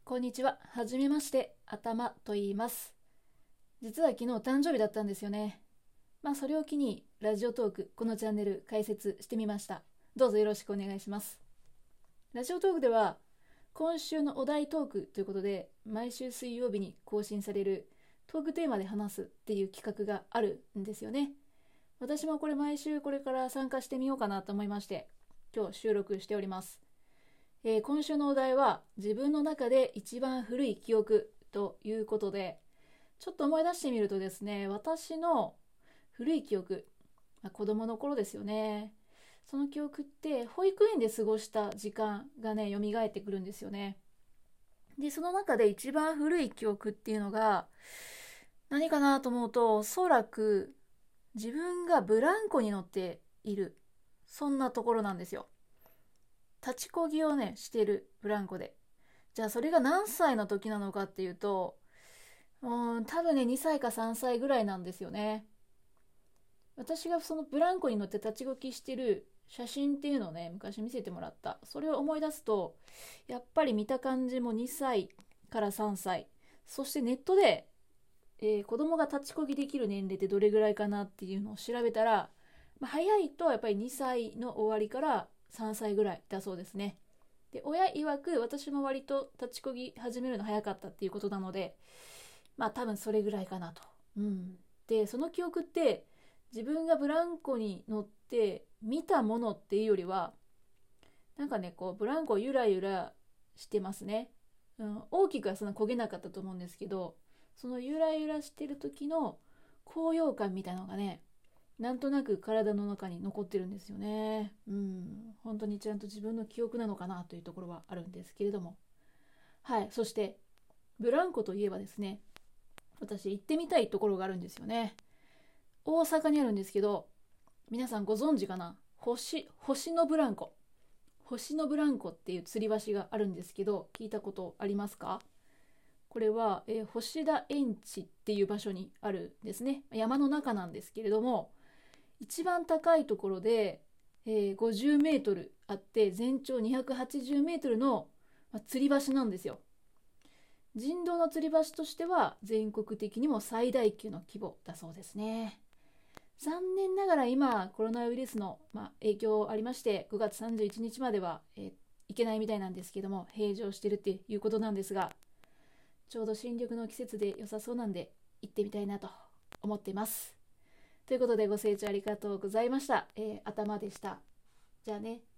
こんにちは。はじめまして、頭と言います。実は昨日誕生日だったんですよね。それを機にラジオトーク、このチャンネル開設してみました。どうぞよろしくお願いします。ラジオトークでは今週のお題トークということで、毎週水曜日に更新されるトークテーマで話すっていう企画があるんですよね。私も毎週これから参加してみようかなと思いまして、今日収録しております。今週のお題は自分の中で一番古い記憶ということで、ちょっと思い出してみるとですね、私の古い記憶、子供の頃ですよね。その記憶って保育園で過ごした時間がね、蘇ってくるんですよね。で、その中で一番古い記憶っていうのが何かなと思うと、おそらく自分がブランコに乗っている、そんなところなんですよ。立ちこぎをねしてるブランコで。じゃあそれが何歳の時なのかっていうと、多分ね2歳か3歳ぐらいなんですよね。私がそのブランコに乗って立ちこぎしてる写真っていうのをね、昔見せてもらった。それを思い出すと、やっぱり見た感じも2歳から3歳、そしてネットで、子供が立ちこぎできる年齢ってどれぐらいかなっていうのを調べたら、早いとやっぱり2歳の終わりから3歳ぐらいだそうですね。で、親曰く私も割と立ちこぎ始めるの早かったっていうことなので、多分それぐらいかなと。で、その記憶って自分がブランコに乗って見たものっていうよりは、なんかね、ブランコをゆらゆらしてますね。大きくはそんな焦げなかったと思うんですけど、そのゆらゆらしてる時の高揚感みたいなのがね、なんとなく体の中に残ってるんですよね。本当にちゃんと自分の記憶なのかなというところはあるんですけれども。はい。そしてブランコといえばですね、私行ってみたいところがあるんですよね。大阪にあるんですけど、皆さんご存知かな。星のブランコ、星のブランコっていう吊り橋があるんですけど、聞いたことありますか？これは、星田園地っていう場所にあるんですね。山の中なんですけれども、一番高いところで、50メートルあって全長280メートルの、吊り橋なんですよ。人道の吊り橋としては全国的にも最大級の規模だそうですね。残念ながら今コロナウイルスの、影響ありまして5月31日までは、行けないみたいなんですけども、閉場してるっていうことなんですが、ちょうど新緑の季節で良さそうなんで行ってみたいなと思っています。ということでご清聴ありがとうございました。頭でした。じゃあね。